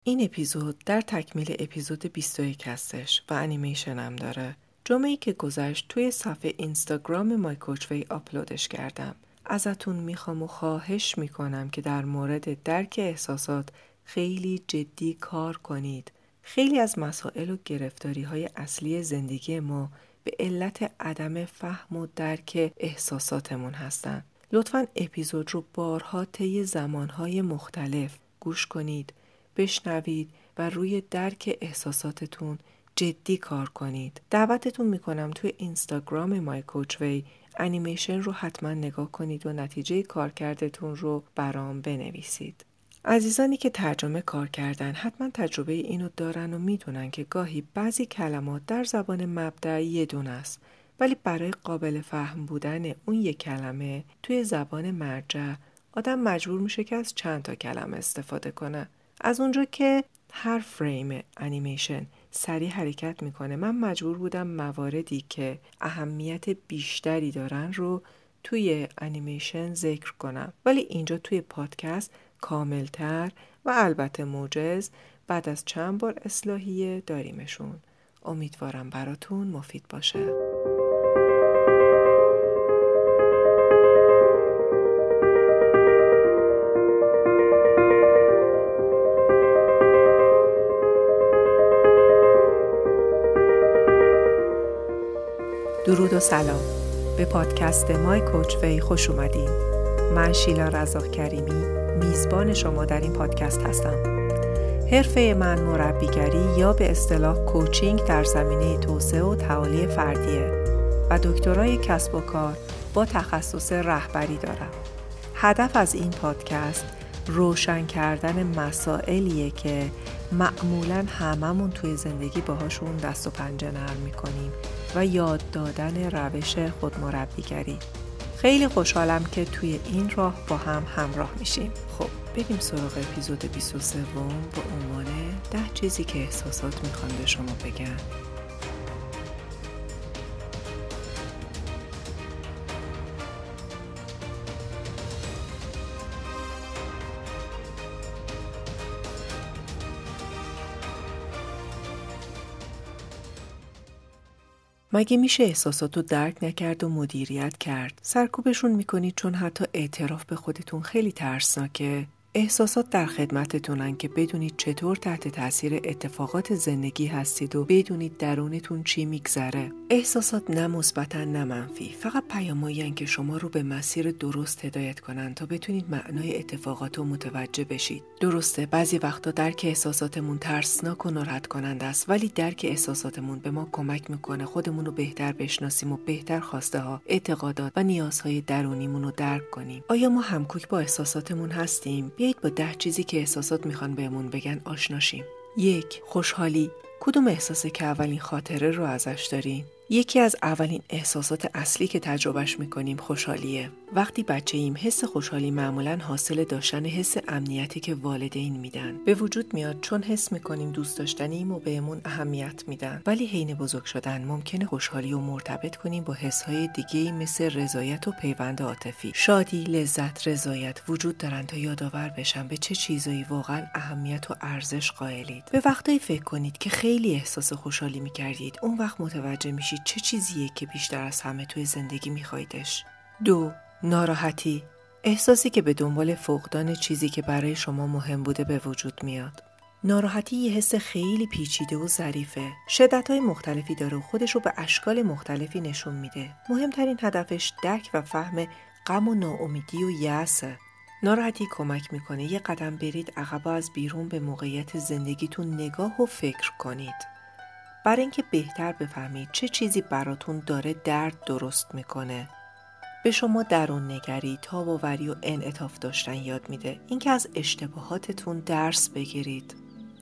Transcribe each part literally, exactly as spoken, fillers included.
این اپیزود در تکمیل اپیزود بیست و یک هستش و انیمیشن هم داره. جمعه‌ای که گذشت توی صفحه اینستاگرام مای کوچ‌وی آپلودش کردم. ازتون میخوام و خواهش میکنم که در مورد درک احساسات خیلی جدی کار کنید. خیلی از مسائل و گرفتاری های اصلی زندگی ما به علت عدم فهم و درک احساساتمون هستن. لطفاً اپیزود رو بارها طی زمانهای مختلف گوش کنید، بشنوید و روی درک احساساتتون جدی کار کنید. دعوتتون میکنم توی اینستاگرام مای کوچ‌وی انیمیشن رو حتما نگاه کنید و نتیجه کارکردتون رو برام بنویسید. عزیزانی که ترجمه کار کردن حتما تجربه اینو دارن و میدونن که گاهی بعضی کلمات در زبان مبدأ یه دونه است، ولی برای قابل فهم بودن اون یک کلمه توی زبان مرجع آدم مجبور میشه که از چند تا کلمه استفاده کنه. از اونجا که هر فریم انیمیشن سریع حرکت میکنه، من مجبور بودم مواردی که اهمیت بیشتری دارن رو توی انیمیشن ذکر کنم، ولی اینجا توی پادکست کاملتر و البته موجز بعد از چند بار اصلاحیه داریمشون. امیدوارم براتون مفید باشه. درود و سلام. به پادکست مای کوچ‌وی خوش اومدین. من شیلا رزاق کریمی میزبان شما در این پادکست هستم. حرفه من مربیگری یا به اصطلاح کوچینگ در زمینه توسعه و تعالی فردیه و دکترای کسب و کار با تخصص رهبری دارم. هدف از این پادکست روشن کردن مسائلیه که معمولاً هممون توی زندگی باهاشون دست و پنجه نرم میکنیم و یاد دادن روش خودمربیگری. خیلی خوشحالم که توی این راه با هم همراه میشیم. خب بریم سراغ اپیزود بیست و سه با عنوان ده چیزی که احساسات میخوان به شما بگن. مگه میشه احساسات رو درک نکرد و مدیریت کرد؟ سرکوبشون میکنید چون حتی اعتراف به خودتون خیلی ترسناکه. احساسات در خدمتتونن که بدونید چطور تحت تاثیر اتفاقات زندگی هستید و بدونید درونتون چی میگذره. احساسات نه مثبتن نه منفی، فقط پیامایی که شما رو به مسیر درست هدایت کنن تا بتونید معنای اتفاقات رو متوجه بشید. درسته بعضی وقتا درک احساساتمون ترسناک و ناراحت کننده است، ولی درک احساساتمون به ما کمک میکنه خودمون رو بهتر بشناسیم و بهتر خواسته ها، اعتقادات و نیازهای درونیمون رو درک کنیم. آیا ما همکوک با احساساتمون هستیم؟ بیایید با ده چیزی که احساسات میخوان بهمون بگن آشنا شیم. یک، خوشحالی. کدوم احساسی که اولین خاطره رو ازش دارین؟ یکی از اولین احساسات اصلی که تجربهش میکنیم خوشحالیه. وقتی بچه‌ایم حس خوشحالی معمولاً حاصل داشتن حس امنیتی که والدین میدن به وجود میاد، چون حس میکنیم دوست داشتنیم و بهمون اهمیت میدن. ولی حین بزرگ شدن ممکنه خوشحالی رو مرتبط کنیم با حس‌های دیگه‌ای مثل رضایت و پیوند عاطفی. شادی، لذت، رضایت وجود دارن تا یادآور بشن به چه چیزایی واقعاً اهمیت و ارزش قائلید. به وقتایی فکر کنید که خیلی احساس خوشحالی میکردید، اون وقت متوجه میشید چه چیزیه که بیشتر از همه توی زندگی میخوایدش. دو، ناراحتی. احساسی که به دنبال فقدان چیزی که برای شما مهم بوده به وجود میاد. ناراحتی یه حس خیلی پیچیده و ظریفه. شدت‌های مختلفی داره و خودش رو به اشکال مختلفی نشون میده. مهمترین هدفش درک و فهم غم و ناامیدی و یأسه. ناراحتی کمک میکنه یه قدم برید عقب و از بیرون به موقعیت زندگیتون نگاه و فکر کنید. برای اینکه بهتر بفهمید چه چیزی براتون داره درد درست میکنه. به شما درون نگری، تاب‌آوری و انعطاف داشتن یاد میده. اینکه از اشتباهاتتون درس بگیرید.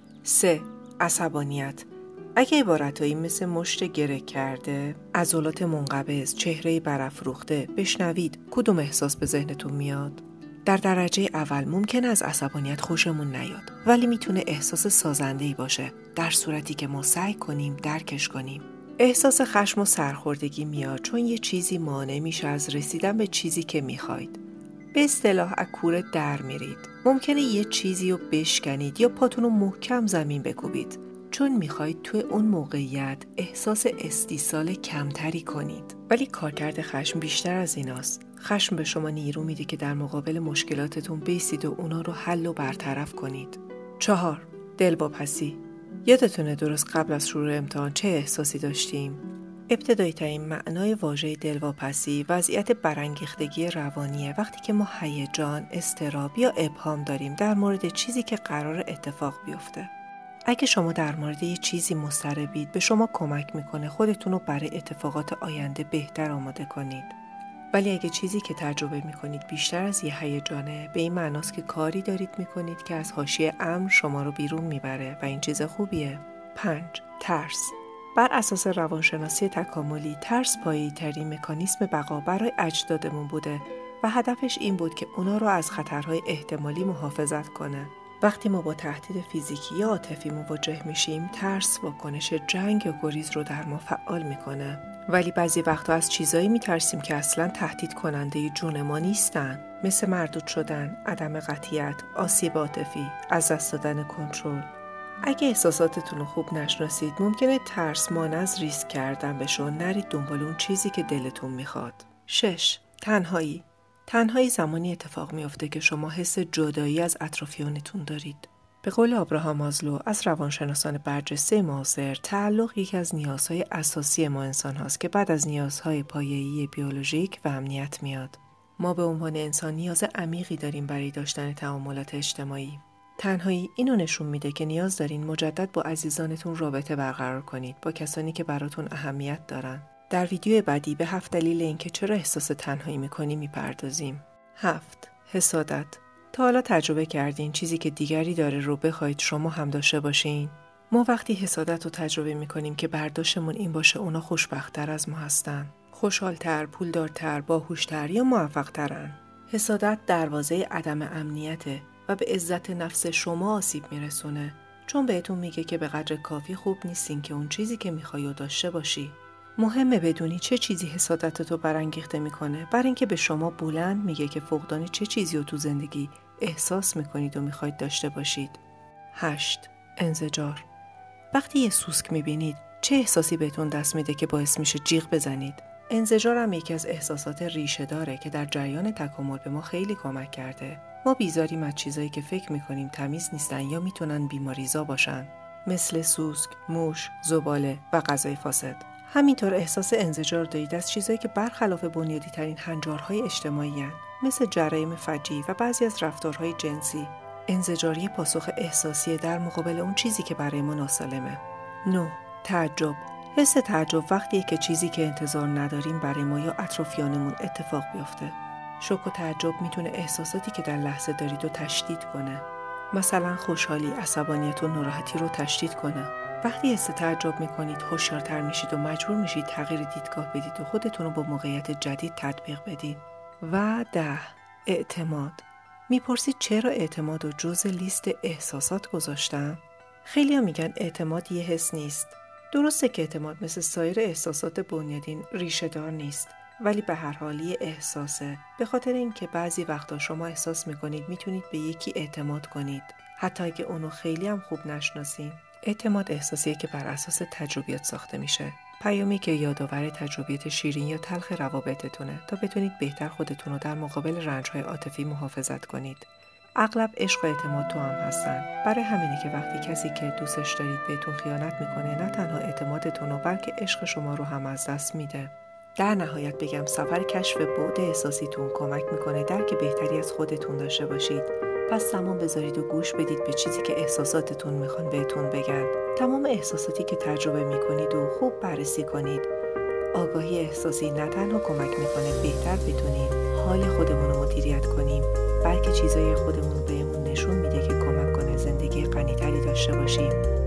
سه، عصبانیت. اگه عبارتایی مثل مشت گره کرده، عضلات منقبض، چهره برافروخته بشنوید، کدوم احساس به ذهنتون میاد؟ در درجه اول ممکن از عصبانیت خوشمون نیاد، ولی میتونه احساس سازنده‌ای باشه در صورتی که ما سعی کنیم درکش کنیم. احساس خشم و سرخوردگی میاد چون یه چیزی مانع میشه از رسیدن به چیزی که میخواید. به اصطلاح از کوره در میرید. ممکنه یه چیزی رو بشکنید یا پاتون رو محکم زمین بکوبید، چون میخواید توی اون موقعیت احساس استیصال کمتری کنید. ولی کارکرد خشم بیشتر از ایناست. خشم به شما نیرو میده که در مقابل مشکلاتتون بیستید و اونا رو حل و برطرف کنید. چهار، دلواپسی. یادتونه درست قبل از شروع امتحان چه احساسی داشتیم؟ ابتدایی ترین معنای واژه دلواپسی وضعیت برانگیختگی روانیه، وقتی که ما هیجان، اضطراب یا ابهام داریم در مورد چیزی که قرار اتفاق بیفته. اگه شما در مورد یه چیزی مضطربید، به شما کمک میکنه خودتون رو برای اتفاقات آینده بهتر آماده کنید. ولی اگه چیزی که تجربه میکنید بیشتر از یه هیجانه، به این معناست که کاری دارید میکنید که از حاشیه امن شما رو بیرون میبره و این چیز خوبیه. پنج، ترس. بر اساس روانشناسی تکاملی، ترس پایه‌ای ترین مکانیسم بقا برای اجدادمون بوده و هدفش این بود که اونا رو از خطرهای احتمالی محافظت کنه. وقتی ما با تهدید فیزیکی یا عاطفی مواجه میشیم، ترس واکنش جنگ یا گریز رو در ما فعال میکنه. ولی بعضی وقتا از چیزایی میترسیم که اصلاً تهدید کننده جون ما نیستن، مثل مردود شدن، عدم قطعیت، آسیب عاطفی، از دست دادن کنترل. اگه احساساتتون رو خوب نشناسید، ممکنه ترس مانع از ریسک کردن بشه و نرید دنبال اون چیزی که دلتون میخواد. شش، تنهایی. تنهایی زمانی اتفاق میفته که شما حس جدایی از اطرافیانتون دارید. به قول آبراهام مازلو از روانشناسان برجسته معاصر، تعلق یکی از نیازهای اساسی ما انسان هاست که بعد از نیازهای پایه‌ای بیولوژیک و امنیت میاد. ما به عنوان انسان نیاز عمیقی داریم برای داشتن تعاملات اجتماعی. تنهایی اینو نشون میده که نیاز دارین مجدد با عزیزانتون رابطه برقرار کنید، با کسانی که براتون اهمیت دارن. در ویدیو بعدی به هفت دلیل اینکه چرا احساس تنهایی میکنی میپردازیم. هفت، حسادت. تا حالا تجربه کردین چیزی که دیگری داره رو بخواید شما هم داشته باشین؟ ما وقتی حسادت رو تجربه میکنیم که برداشتمون این باشه اونا خوشبخت‌تر از ما هستن، خوشحال‌تر، پولدارتر، باهوش‌تر یا موفق‌ترن. حسادت دروازه عدم امنیته و به عزت نفس شما آسیب میرسونه، چون بهتون میگه که به قدر کافی خوب نیستین که اون چیزی که میخوای رو داشته باشی. مهمه بدونی چه چیزی حسادتتو برانگیخته میکنه، برای اینکه به شما بلند میگه که فقدان چه چیزی رو تو زندگی احساس میکنید و میخواید داشته باشید. هشت، انزجار. وقتی یه سوسک میبینید، چه احساسی بهتون دست میده که باعث میشه جیغ بزنید؟ انزجار هم یکی از احساسات ریشه داره که در جریان تکامل به ما خیلی کمک کرده. ما بیزاریم از چیزایی که فکر میکنیم تمیز نیستن یا میتونن بیماریزا باشن، مثل سوسک، موش، زباله و غذای فاسد. همینطور احساس انزجار دارید از چیزایی که برخلاف بنیادی ترین هنجارهای اجتماعی هن، مثل جرایم فجیع و بعضی از رفتارهای جنسی. انزجاری پاسخ احساسی در مقابل اون چیزی که برای ما ناسالمه. نه، تعجب. حس تعجب وقتیه که چیزی که انتظار نداریم برای ما یا اطرافیانمون اتفاق بیفته. شوک و تعجب میتونه احساساتی که در لحظه دارید رو تشدید کنه. مثلا خوشحالی، عصبانیت و ناراحتی رو تشدید کنه. وقتی حس تعجب میکنید، هوشیارتر میشید و مجبور میشید تغییر دیدگاه بدید و خودتون رو با موقعیت جدید تطبیق بدید. و ده، اعتماد. میپرسید چرا اعتماد رو جزء لیست احساسات گذاشتم؟ خیلی‌ها میگن اعتماد یه حس نیست. درسته که اعتماد مثل سایر احساسات بنیادین ریشه دار نیست، ولی به هر حال یه احساسه، به خاطر اینکه بعضی وقتا شما احساس میکنید میتونید به یکی اعتماد کنید، حتی اگه اونو خیلی هم خوب نشناسین. اعتماد احساسیه که بر اساس تجربیات ساخته میشه، پیامی که یادآور تجربیات شیرین یا تلخ روابطتونه تا بتونید بهتر خودتون رو در مقابل رنج‌های عاطفی محافظت کنید. اغلب عشق و اعتماد تو هم هستن. برای همینه که وقتی کسی که دوستش دارید بهتون خیانت میکنه، نه تنها اعتمادتون رو بلکه عشق شما رو هم از دست میده. در نهایت بگم سفر کشف بعد احساسیتون کمک میکنه درک بهتری از خودتون داشته باشید. پس زمان بذارید و گوش بدید به چیزی که احساساتتون میخوان بهتون بگن. تمام احساساتی که تجربه میکنید و خوب بررسی کنید. آگاهی احساسی نه تنها کمک میکنه بهتر بتونیم حال خودمون رو مدیریت کنیم، بلکه چیزای خودمون رو بهمون نشون میده که کمک کنه زندگی غنی‌تری داشته باشیم.